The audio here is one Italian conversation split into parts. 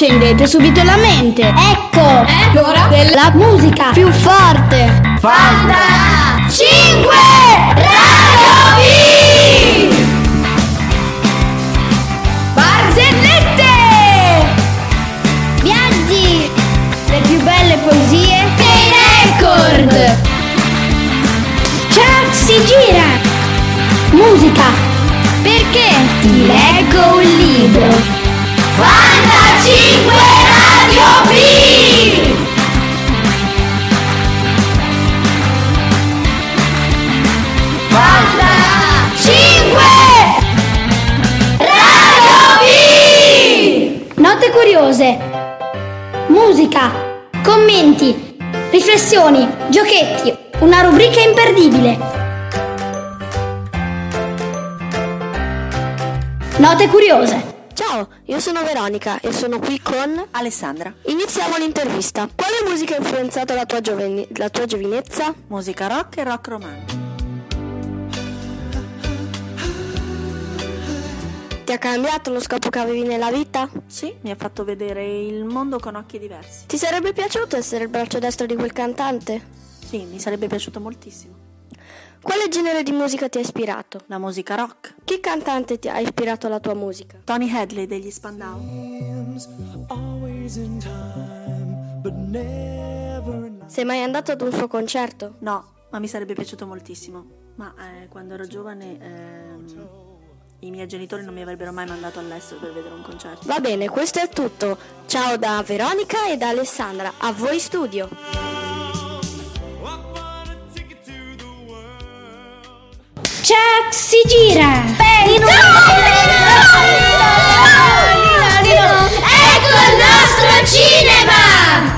accendete subito la mente. Ecco, l'ora della musica più forte. Fanta 5 Radio B! Barzellette! Viaggi! Le più belle poesie dei record! Chuck si gira! Musica! Perché ti leggo un libro! Fanta 5 Radio B! Fanta 5 Radio B! Note curiose, musica, commenti, riflessioni, giochetti, una rubrica imperdibile. Note curiose. Ciao, io sono Veronica e sono qui con Alessandra. Iniziamo l'intervista. Quale musica ha influenzato la tua giovinezza? Musica rock e rock romantico. Ti ha cambiato lo scopo che avevi nella vita? Sì, mi ha fatto vedere il mondo con occhi diversi. Ti sarebbe piaciuto essere il braccio destro di quel cantante? Sì, mi sarebbe piaciuto moltissimo. Quale genere di musica ti ha ispirato? La musica rock. Che cantante ti ha ispirato alla tua musica? Tony Hadley degli Spandau. Sei mai andato ad un suo concerto? No, ma mi sarebbe piaciuto moltissimo. Ma quando ero giovane i miei genitori non mi avrebbero mai mandato all'estero per vedere un concerto. Va bene, questo è tutto. Ciao da Veronica e da Alessandra. A voi studio. Chuck si gira! Ecco il nostro cinema!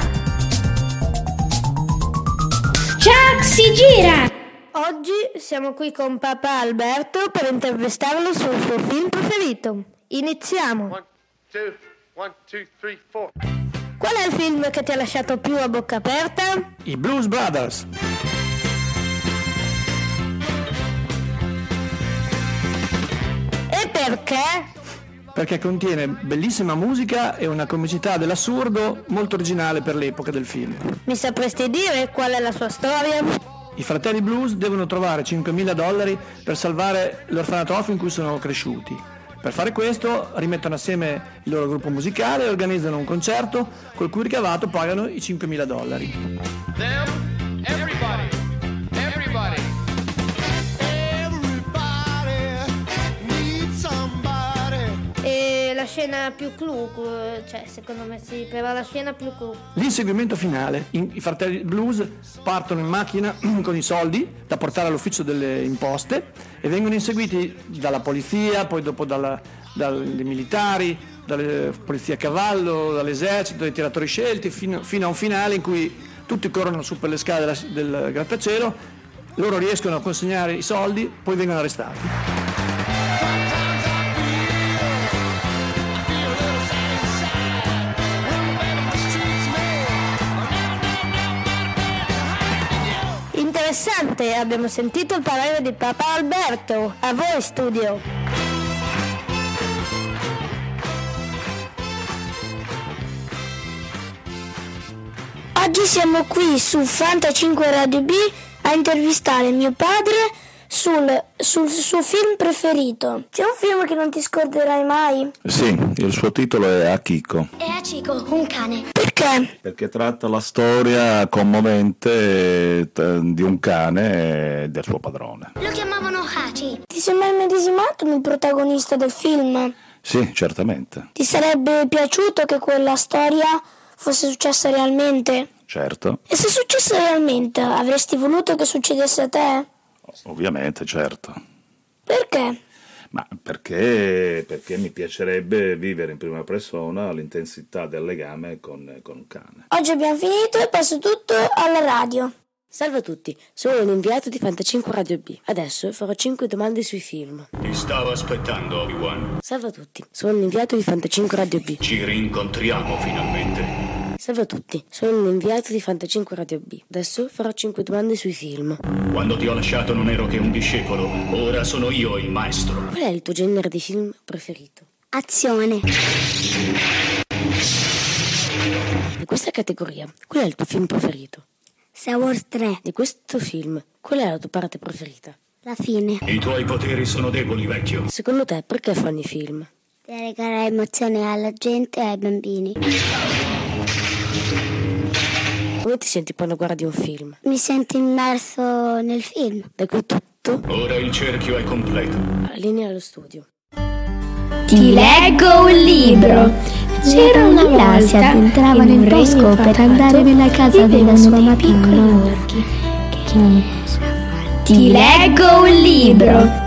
Chuck si gira! Oggi siamo qui con papà Alberto per intervistarlo sul suo film preferito. Iniziamo. 1, 2, 3, 4. Qual è il film che ti ha lasciato più a bocca aperta? I Blues Brothers. E perché? Perché contiene bellissima musica e una comicità dell'assurdo molto originale per l'epoca del film. Mi sapresti dire qual è la sua storia? I fratelli Blues devono trovare $5.000 per salvare l'orfanotrofio in cui sono cresciuti. Per fare questo rimettono assieme il loro gruppo musicale e organizzano un concerto col cui ricavato pagano i $5.000. Them, everybody. E la scena più clou, cioè secondo me sì, però la scena più clou. L'inseguimento finale. I fratelli Blues partono in macchina con i soldi da portare all'ufficio delle imposte e vengono inseguiti dalla polizia, poi dopo dai militari, dalle polizie a cavallo, dall'esercito, dai tiratori scelti, fino a un finale in cui tutti corrono su per le scale del grattacielo, loro riescono a consegnare i soldi, poi vengono arrestati. Interessante, abbiamo sentito il parere di papà Alberto. A voi studio. Oggi siamo qui su Fanta 5 Radio B a intervistare mio padre sul suo film preferito. C'è un film che non ti scorderai mai? Sì, il suo titolo è Akiko. È Hachiko, un cane. Perché? Perché tratta la storia commovente di un cane e del suo padrone. Lo chiamavano Hachi. Ti sei mai medesimato nel protagonista del film? Sì, certamente. Ti sarebbe piaciuto che quella storia fosse successa realmente? Certo. E se successe realmente, avresti voluto che succedesse a te? Ovviamente, certo. Perché? Ma perché mi piacerebbe vivere in prima persona l'intensità del legame con un cane. Oggi abbiamo finito e passo tutto alla radio. Salve a tutti, sono un inviato di Fanta 5 Radio B. Adesso farò 5 domande sui film. Ti stavo aspettando, Obi-Wan. Salve a tutti, sono un inviato di Fanta 5 Radio B. Ci rincontriamo finalmente. Salve a tutti, sono un inviato di Fanta 5 Radio B. Adesso farò 5 domande sui film. Quando ti ho lasciato non ero che un discepolo, ora sono io il maestro. Qual è il tuo genere di film preferito? Azione. di questa categoria, qual è il tuo film preferito? Star Wars 3. Di questo film, qual è la tua parte preferita? La fine. I tuoi poteri sono deboli, vecchio. Secondo te perché fanno i film? Per regalare emozione alla gente e ai bambini. Come ti senti quando guardi un film? Mi sento immerso nel film. Da qui tutto? Ora il cerchio è completo. Linea allo studio. Ti leggo un libro. C'era una volta si addentrava nel bosco per andare nella casa della sua madonna. Ti leggo un libro.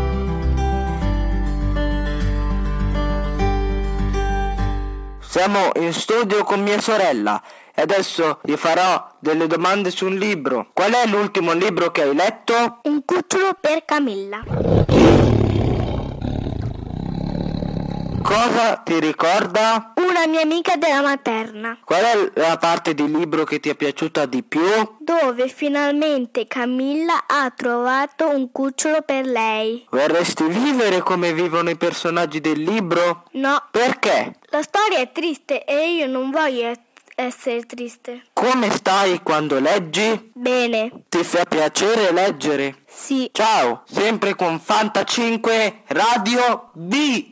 Siamo in studio con mia sorella e adesso gli farò delle domande su un libro. Qual è l'ultimo libro che hai letto? Un cucciolo per Camilla. Cosa ti ricorda? Una mia amica della materna. Qual è la parte di libro che ti è piaciuta di più? Dove finalmente Camilla ha trovato un cucciolo per lei. Vorresti vivere come vivono i personaggi del libro? No. Perché? La storia è triste e io non voglio essere triste. Come stai quando leggi? Bene. Ti fa piacere leggere? Sì. Ciao, sempre con Fanta 5 Radio B.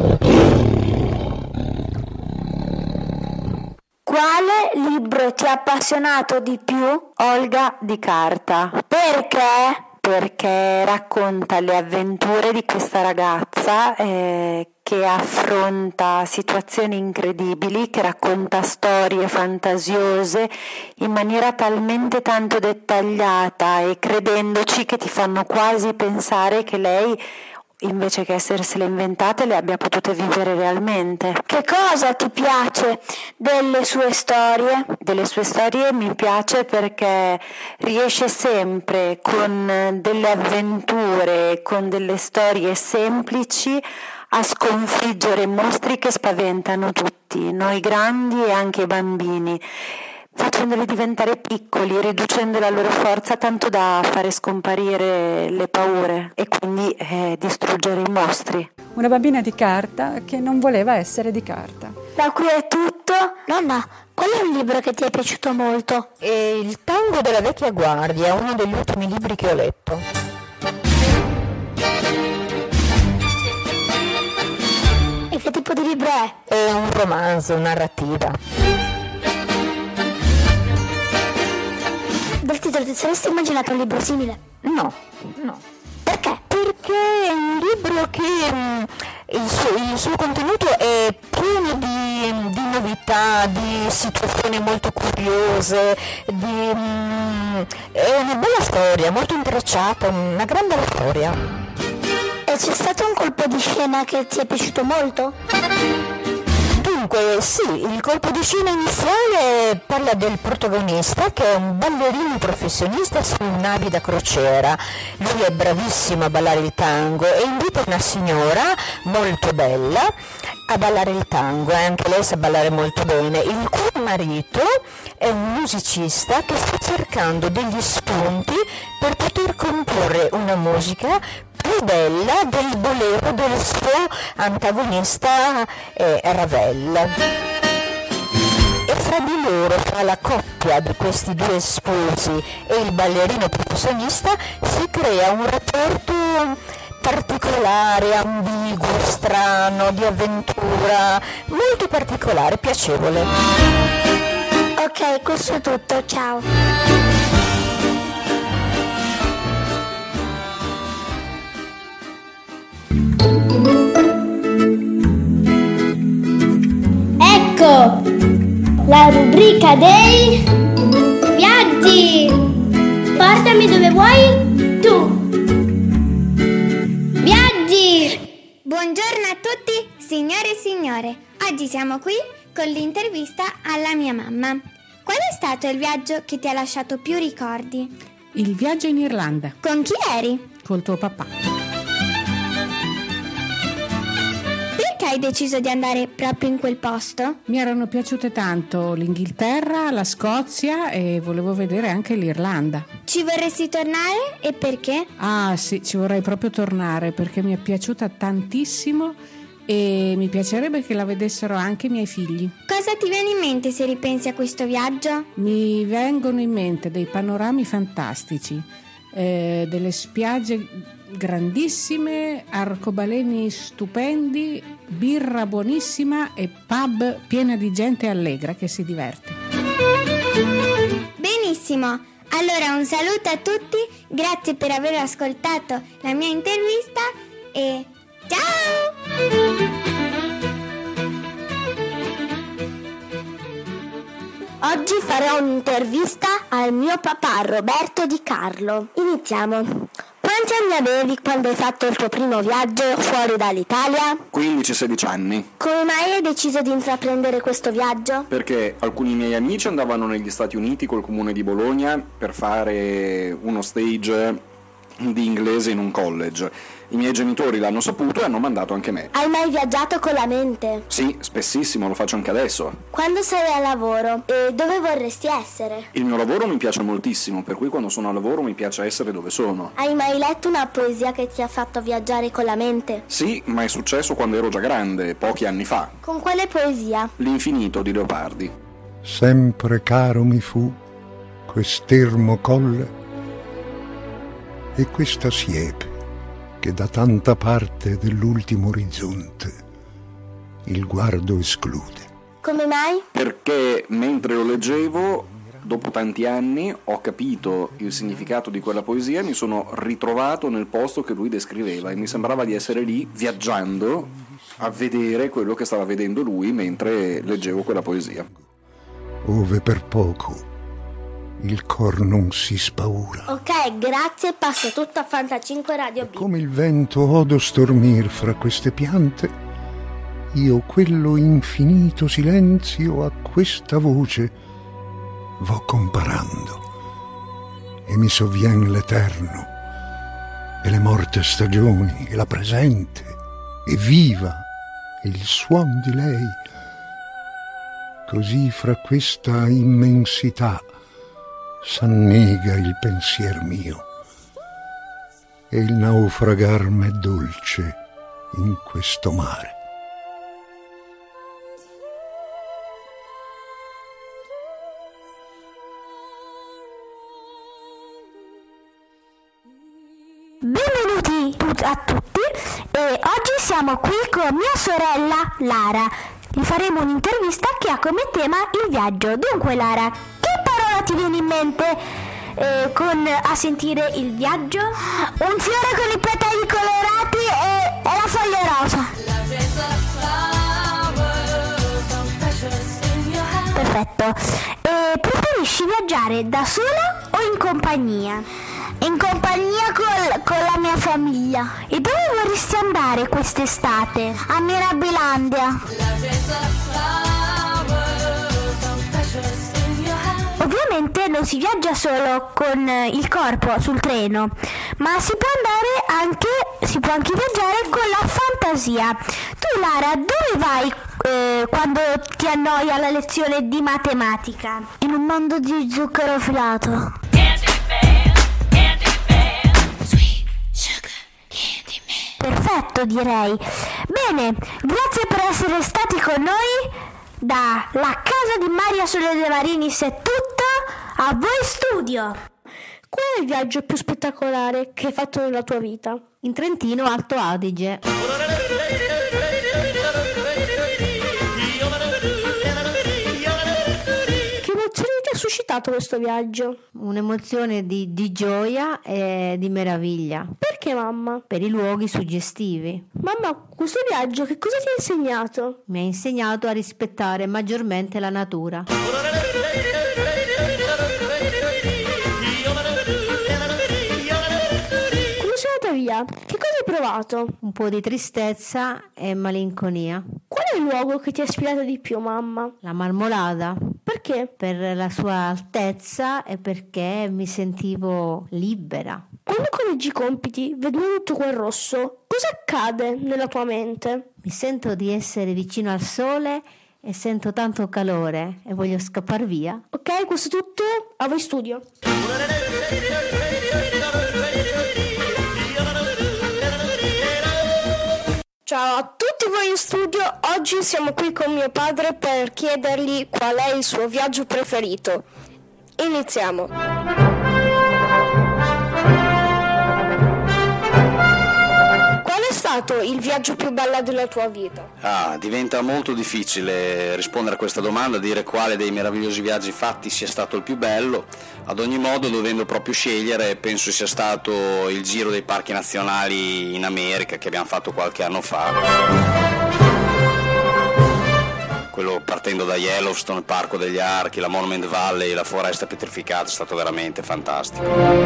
Quale libro ti ha appassionato di più? Olga di Carta. Perché? Perché racconta le avventure di questa ragazza che affronta situazioni incredibili, che racconta storie fantasiose in maniera talmente tanto dettagliata e credendoci che ti fanno quasi pensare che lei, invece che essersele inventate, le abbia potute vivere realmente. Che cosa ti piace delle sue storie? Delle sue storie mi piace perché riesce sempre con delle avventure, con delle storie semplici, a sconfiggere mostri che spaventano tutti, noi grandi e anche i bambini, facendoli diventare piccoli, riducendo la loro forza tanto da fare scomparire le paure e quindi distruggere i mostri. Una bambina di carta che non voleva essere di carta. Da qui è tutto. Nonna, qual è un libro che ti è piaciuto molto? Il Tango della vecchia guardia, uno degli ultimi libri che ho letto. E che tipo di libro è? È un romanzo, narrativa. Dal titolo ti saresti immaginato un libro simile? No. Perché? Perché è un libro che il suo contenuto è pieno di novità, di situazioni molto curiose, è una bella storia, molto intrecciata, una gran bella storia. E c'è stato un colpo di scena che ti è piaciuto molto? Dunque, sì, il colpo di scena iniziale parla del protagonista che è un ballerino professionista su navi da crociera. Lui è bravissimo a ballare il tango e invita una signora molto bella a ballare il tango, e anche lei sa ballare molto bene. Il cui marito è un musicista che sta cercando degli spunti per poter comporre una musica più bella del bolero del suo antagonista Ravel. E fra di loro, fra la coppia di questi due sposi e il ballerino professionista, si crea un rapporto particolare, ambiguo, strano, di avventura, molto particolare, piacevole. Ok, questo è tutto, ciao. Ecco la rubrica dei viaggi. Portami dove vuoi tu. Viaggi. Buongiorno a tutti, signore e signore. Oggi siamo qui con l'intervista alla mia mamma. Qual è stato il viaggio che ti ha lasciato più ricordi? Il viaggio in Irlanda. Con chi eri? Col tuo papà. Perché hai deciso di andare proprio in quel posto? Mi erano piaciute tanto l'Inghilterra, la Scozia e volevo vedere anche l'Irlanda. Ci vorresti tornare e perché? Ah sì, ci vorrei proprio tornare perché mi è piaciuta tantissimo e mi piacerebbe che la vedessero anche i miei figli. Cosa Cosa ti viene in mente se ripensi a questo viaggio? Mi vengono in mente dei panorami fantastici, delle spiagge grandissime, arcobaleni stupendi, birra buonissima e pub piena di gente allegra che si diverte. Benissimo, allora un saluto a tutti, grazie per aver ascoltato la mia intervista e ciao! Oggi farò un'intervista al mio papà Roberto Di Carlo. Iniziamo. Quanti anni avevi quando hai fatto il tuo primo viaggio fuori dall'Italia? 15-16 anni. Come mai hai deciso di intraprendere questo viaggio? Perché alcuni miei amici andavano negli Stati Uniti col comune di Bologna per fare uno stage di inglese in un college. I miei genitori l'hanno saputo e hanno mandato anche me. Hai mai viaggiato con la mente? Sì, spessissimo, lo faccio anche adesso. Quando sei al lavoro, dove vorresti essere? Il mio lavoro mi piace moltissimo, per cui quando sono al lavoro mi piace essere dove sono. Hai mai letto una poesia che ti ha fatto viaggiare con la mente? Sì, ma è successo quando ero già grande, pochi anni fa. Con quale poesia? L'infinito di Leopardi. Sempre caro mi fu quest'ermo colle e questa siepe che da tanta parte dell'ultimo orizzonte il guardo esclude. Come mai? Perché mentre lo leggevo, dopo tanti anni, ho capito il significato di quella poesia e mi sono ritrovato nel posto che lui descriveva e mi sembrava di essere lì viaggiando a vedere quello che stava vedendo lui mentre leggevo quella poesia. Ove per poco il cor non si spaura. Ok, grazie, passo tutto a Fantacinque Radio B. Come il vento odo stormir fra queste piante, io quello infinito silenzio a questa voce vo comparando e mi sovvien l'eterno e le morte stagioni e la presente e viva e il suon di lei. Così fra questa immensità s'annega il pensier mio e il naufragar m'è dolce in questo mare. Benvenuti a tutti e oggi siamo qui con mia sorella Lara. Gli faremo un'intervista che ha come tema il viaggio. Dunque Lara, che parola ti viene in mente a sentire il viaggio? Un fiore con i petali colorati e la foglia rosa. Perfetto. Preferisci viaggiare da sola o in compagnia? In compagnia con la mia famiglia. E dove vorresti andare quest'estate? A Mirabilandia. Ovviamente non si viaggia solo con il corpo sul treno, ma si può anche viaggiare con la fantasia. Tu Lara, dove vai quando ti annoia la lezione di matematica? In un mondo di zucchero filato. Perfetto, direi. Bene, grazie per essere stati con noi. Da La Casa di Maria Sole De Marinis è tutto, a voi studio. Qual è il viaggio più spettacolare che hai fatto nella tua vita? In Trentino Alto Adige. Che emozioni ti ha suscitato questo viaggio? Un'emozione di gioia e di meraviglia. Perché mamma? Per i luoghi suggestivi. Mamma, questo viaggio che cosa ti ha insegnato? Mi ha insegnato a rispettare maggiormente la natura. Come sei andata via? Che cosa hai provato? Un po' di tristezza e malinconia. Qual è il luogo che ti ha ispirato di più, mamma? La Marmolada. Perché? Per la sua altezza e perché mi sentivo libera. Quando correggi i compiti, vedendo tutto quel rosso, cosa accade nella tua mente? Mi sento di essere vicino al sole e sento tanto calore e voglio scappare via. Ok, questo è tutto, a voi studio. Ciao a tutti voi in studio. Oggi siamo qui con mio padre per chiedergli qual è il suo viaggio preferito. Iniziamo. Qual è stato il viaggio più bello della tua vita? Diventa molto difficile rispondere a questa domanda, dire quale dei meravigliosi viaggi fatti sia stato il più bello. Ad ogni modo, dovendo proprio scegliere, penso sia stato il giro dei parchi nazionali in America che abbiamo fatto qualche anno fa. Quello partendo da Yellowstone, il Parco degli Archi, la Monument Valley, la foresta pietrificata, è stato veramente fantastico.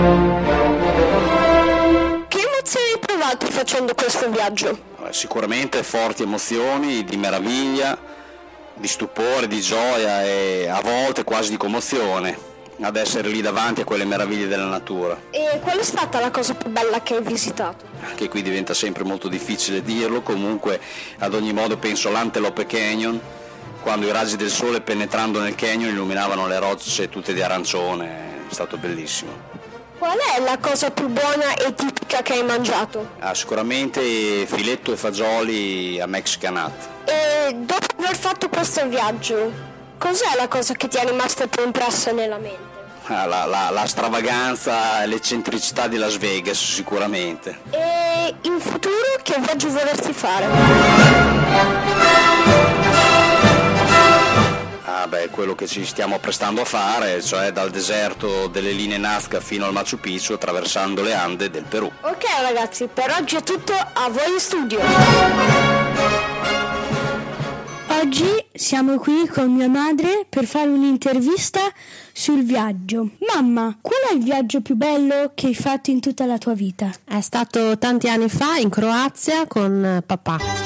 Che emozioni hai provato facendo questo viaggio? Sicuramente forti emozioni di meraviglia, di stupore, di gioia e a volte quasi di commozione ad essere lì davanti a quelle meraviglie della natura. E qual è stata la cosa più bella che hai visitato? Anche qui diventa sempre molto difficile dirlo, comunque ad ogni modo penso all'Antelope Canyon, quando i raggi del sole penetrando nel canyon illuminavano le rocce tutte di arancione, è stato bellissimo. Qual è la cosa più buona e tipica che hai mangiato? Sicuramente filetto e fagioli a Mexican Hut. E dopo aver fatto questo viaggio, cos'è la cosa che ti è rimasta più impressa nella mente? La stravaganza e l'eccentricità di Las Vegas sicuramente. E in futuro che viaggio vorresti fare? Quello che ci stiamo apprestando a fare, cioè dal deserto delle linee Nazca fino al Machu Picchu attraversando le Ande del Perù. Ok ragazzi, per oggi è tutto, a voi in studio. Oggi siamo qui con mia madre per fare un'intervista sul viaggio. Mamma, qual è il viaggio più bello che hai fatto in tutta la tua vita? È stato tanti anni fa in Croazia con papà.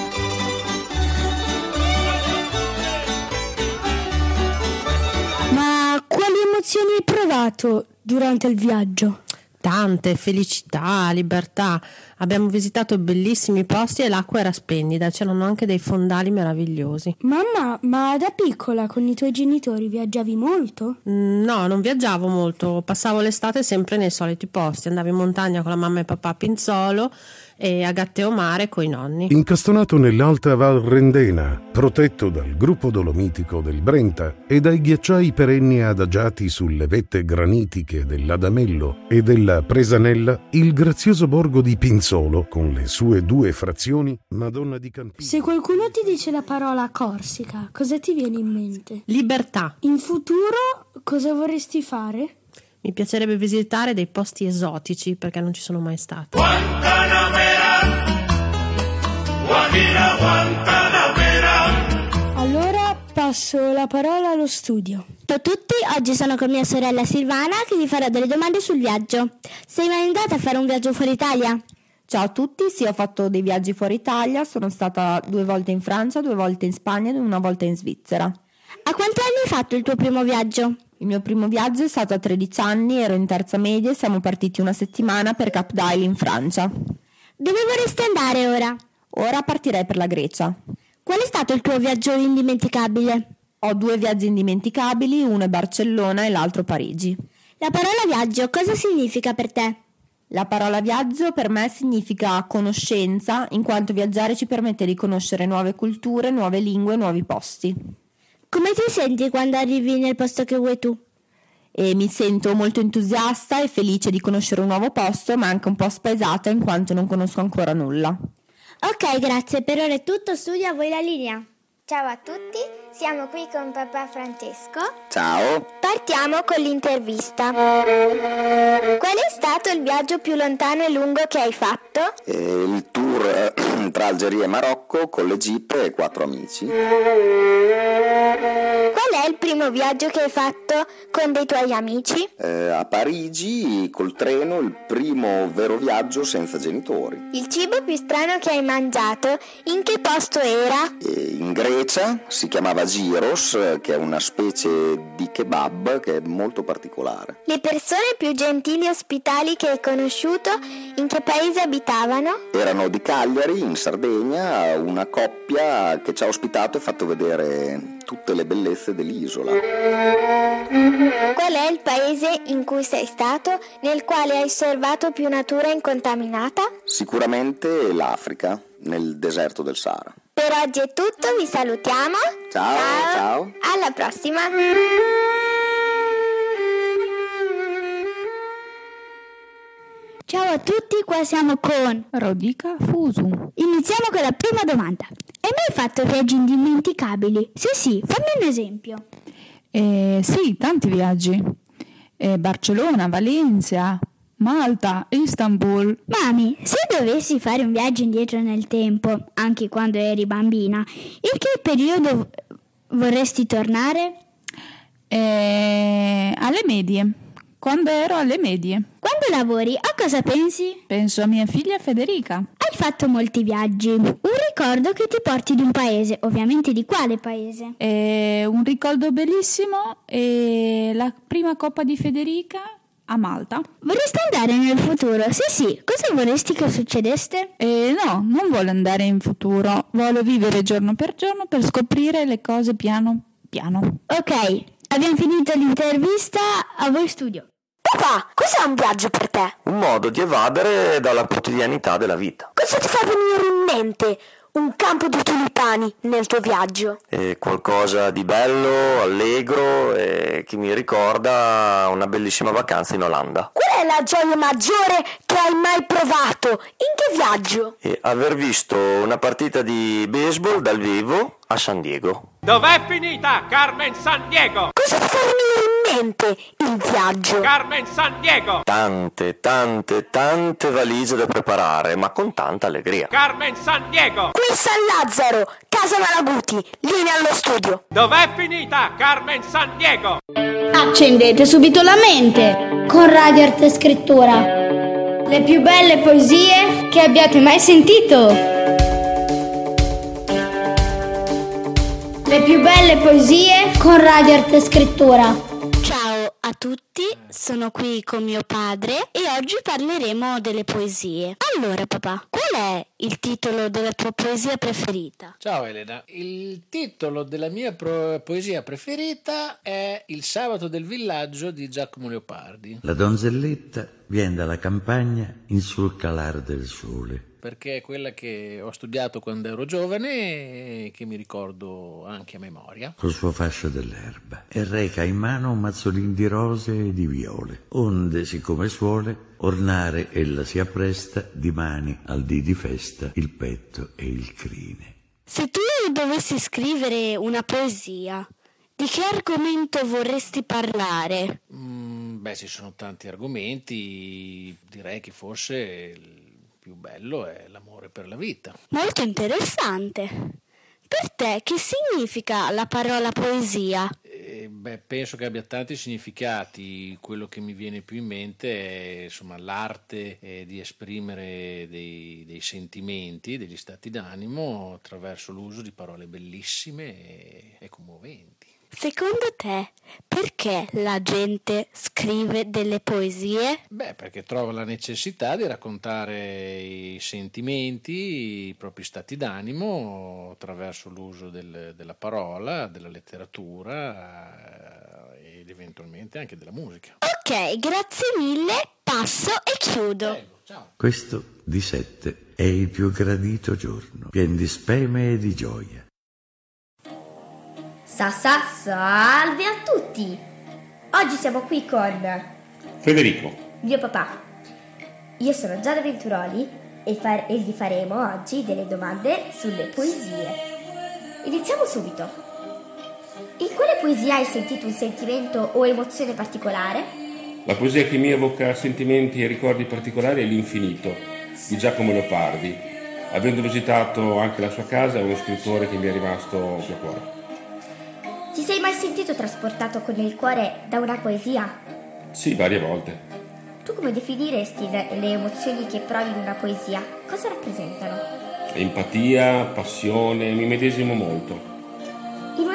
Ma quali emozioni hai provato durante il viaggio? Tante, felicità, libertà. Abbiamo visitato bellissimi posti e l'acqua era splendida, c'erano anche dei fondali meravigliosi. Mamma, ma da piccola con i tuoi genitori viaggiavi molto? No, non viaggiavo molto, passavo l'estate sempre nei soliti posti, andavo in montagna con la mamma e papà a Pinzolo e a Gatteomare coi nonni. Incastonato nell'Alta Val Rendena, protetto dal gruppo dolomitico del Brenta e dai ghiacciai perenni adagiati sulle vette granitiche dell'Adamello e della Presanella, il grazioso borgo di Pinzolo, con le sue 2 frazioni, Madonna di Campino. Se qualcuno ti dice la parola Corsica, cosa ti viene in mente? Libertà. In futuro cosa vorresti fare? Mi piacerebbe visitare dei posti esotici perché non ci sono mai stato. Allora passo la parola allo studio. Ciao a tutti, oggi sono con mia sorella Silvana che vi farà delle domande sul viaggio. Sei mai andata a fare un viaggio fuori Italia? Ciao a tutti, sì, ho fatto dei viaggi fuori Italia, sono stata 2 volte in Francia, 2 volte in Spagna e 1 volta in Svizzera. A quanti anni hai fatto il tuo primo viaggio? Il mio primo viaggio è stato a 13 anni, ero in terza media e siamo partiti una settimana per Cap d'Ail in Francia. Dove vorresti andare ora? Ora partirei per la Grecia. Qual è stato il tuo viaggio indimenticabile? Ho 2 viaggi indimenticabili, uno è Barcellona e l'altro Parigi. La parola viaggio cosa significa per te? La parola viaggio per me significa conoscenza, in quanto viaggiare ci permette di conoscere nuove culture, nuove lingue, nuovi posti. Come ti senti quando arrivi nel posto che vuoi tu? E mi sento molto entusiasta e felice di conoscere un nuovo posto, ma anche un po' spaesata in quanto non conosco ancora nulla. Ok, grazie, per ora è tutto, studio, a voi la linea. Ciao a tutti, siamo qui con papà Francesco. Ciao. Partiamo con l'intervista. Qual è stato il viaggio più lontano e lungo che hai fatto? Il tour tra Algeria e Marocco con le jeep e 4 amici. Qual è il primo viaggio che hai fatto con dei tuoi amici? A Parigi col treno, il primo vero viaggio senza genitori. Il cibo più strano che hai mangiato, in che posto era? In Grecia Grecia, si chiamava gyros, che è una specie di kebab che è molto particolare. Le persone più gentili e ospitali che hai conosciuto, in che paese abitavano? Erano di Cagliari, in Sardegna, una coppia che ci ha ospitato e fatto vedere tutte le bellezze dell'isola. Qual è il paese in cui sei stato, nel quale hai osservato più natura incontaminata? Sicuramente l'Africa, nel deserto del Sahara. Per oggi è tutto, vi salutiamo. Ciao. Alla prossima. Ciao a tutti, qua siamo con Rodica Fusu. Iniziamo con la prima domanda. Hai mai fatto viaggi indimenticabili? Se sì, fammi un esempio. Sì, tanti viaggi. Barcellona, Valencia, Malta, Istanbul. Mami, se dovessi fare un viaggio indietro nel tempo, anche quando eri bambina, in che periodo vorresti tornare? Alle medie. Quando ero alle medie. Quando lavori, a cosa pensi? Penso a mia figlia Federica. Hai fatto molti viaggi. Un ricordo che ti porti di un paese, ovviamente di quale paese? Un ricordo bellissimo è la prima coppa di Federica a Malta. Vorresti andare nel futuro? Se sì, cosa vorresti che succedesse? No, non voglio andare in futuro. Voglio vivere giorno per giorno per scoprire le cose piano piano. Ok, abbiamo finito l'intervista. A voi studio. Papà, cos'è un viaggio per te? Un modo di evadere dalla quotidianità della vita. Cosa ti fa venire in mente un campo di tulipani nel tuo viaggio? È qualcosa di bello, allegro e che mi ricorda una bellissima vacanza in Olanda. Qual è la gioia maggiore che hai mai provato? In che viaggio? E aver visto una partita di baseball dal vivo a San Diego. Dov'è finita Carmen Sandiego? Cosa ti fa venire in mente il viaggio? Carmen Sandiego! Tante valigie da preparare, ma con tanta allegria. Carmen Sandiego! Qui San Lazzaro, casa Malaguti, linea allo studio. Dov'è finita Carmen Sandiego? Accendete subito la mente con Radio Arte e Scrittura. Le più belle poesie che abbiate mai sentito. Le più belle poesie con Radio Arte e Scrittura. Ciao a tutti, sono qui con mio padre e oggi parleremo delle poesie. Allora papà, qual è il titolo della tua poesia preferita? Ciao Elena, il titolo della mia poesia preferita è Il sabato del villaggio di Giacomo Leopardi. La donzelletta viene dalla campagna in sul calare del sole. Perché è quella che ho studiato quando ero giovane e che mi ricordo anche a memoria. Col suo fascio dell'erba e reca in mano un mazzolin di rose e di viole, onde, siccome suole, ornare ella si appresta di mani al dì di festa il petto e il crine. Se tu dovessi scrivere una poesia, di che argomento vorresti parlare? Ci sono tanti argomenti, direi che forse più bello è l'amore per la vita. Molto interessante. Per te che significa la parola poesia? Penso che abbia tanti significati. Quello che mi viene più in mente è l'arte di esprimere dei sentimenti, degli stati d'animo attraverso l'uso di parole bellissime e commoventi. Secondo te, perché la gente scrive delle poesie? Perché trova la necessità di raccontare i sentimenti, i propri stati d'animo attraverso l'uso della parola, della letteratura ed eventualmente anche della musica. Ok, grazie mille, passo e chiudo. Prego, ciao. Questo di 7 è il più gradito giorno, pien di speme e di gioia. Salve a tutti! Oggi siamo qui con Federico, mio papà. Io sono Giada Venturoli e gli faremo oggi delle domande sulle poesie. Iniziamo subito. In quale poesia hai sentito un sentimento o emozione particolare? la poesia che mi evoca sentimenti e ricordi particolari è L'infinito di Giacomo Leopardi. Avendo visitato anche la sua casa, è uno scrittore che mi è rimasto più a cuore. Ti sei mai sentito trasportato con il cuore da una poesia? Sì, varie volte. Tu come definiresti le emozioni che provi in una poesia? Cosa rappresentano? Empatia, passione, mi medesimo molto.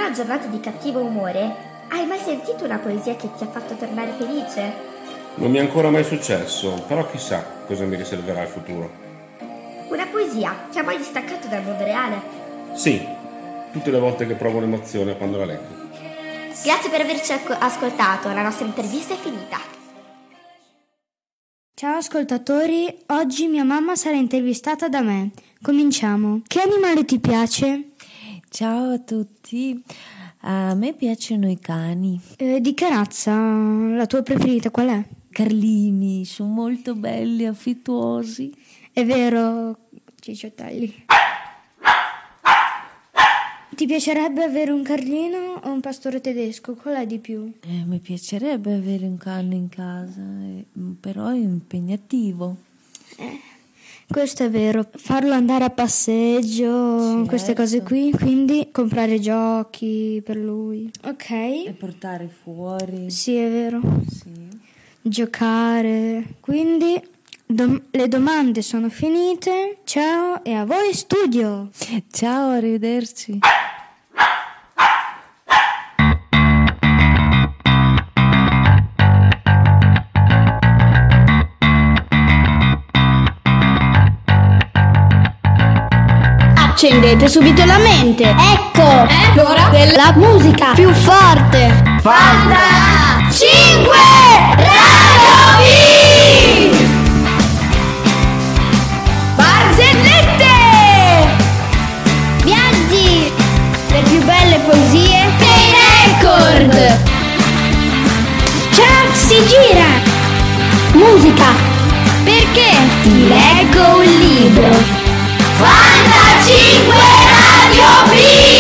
una giornata di cattivo umore, hai mai sentito una poesia che ti ha fatto tornare felice? Non mi è ancora mai successo, però chissà cosa mi riserverà il futuro. Una poesia che ha mai distaccato dal mondo reale? Sì, tutte le volte che provo un'emozione quando la leggo. Grazie per averci ascoltato, la nostra intervista è finita. Ciao ascoltatori, oggi mia mamma sarà intervistata da me. Cominciamo. Che animale ti piace? Ciao a tutti, a me piacciono i cani. Di che razza? La tua preferita qual è? Carlini, sono molto belli, affettuosi. È vero, cicciottelli. Ti piacerebbe avere un carlino o un pastore tedesco? Qual è di più? Mi piacerebbe avere un cane in casa, però è impegnativo. Questo è vero, farlo andare a passeggio, certo. Queste cose qui, quindi comprare giochi per lui. Ok. E portare fuori. Sì, è vero. Sì. Giocare. Quindi le domande sono finite. Ciao e a voi studio. Ciao, arrivederci. Accendete subito la mente. Ecco, l'ora della musica più forte. Fanta 5 Radio B. Barzellette. Viaggi. Le più belle poesie dei record. Chuck si gira. Musica. Perché ti leggo un libro. Fanta 5 Radio B.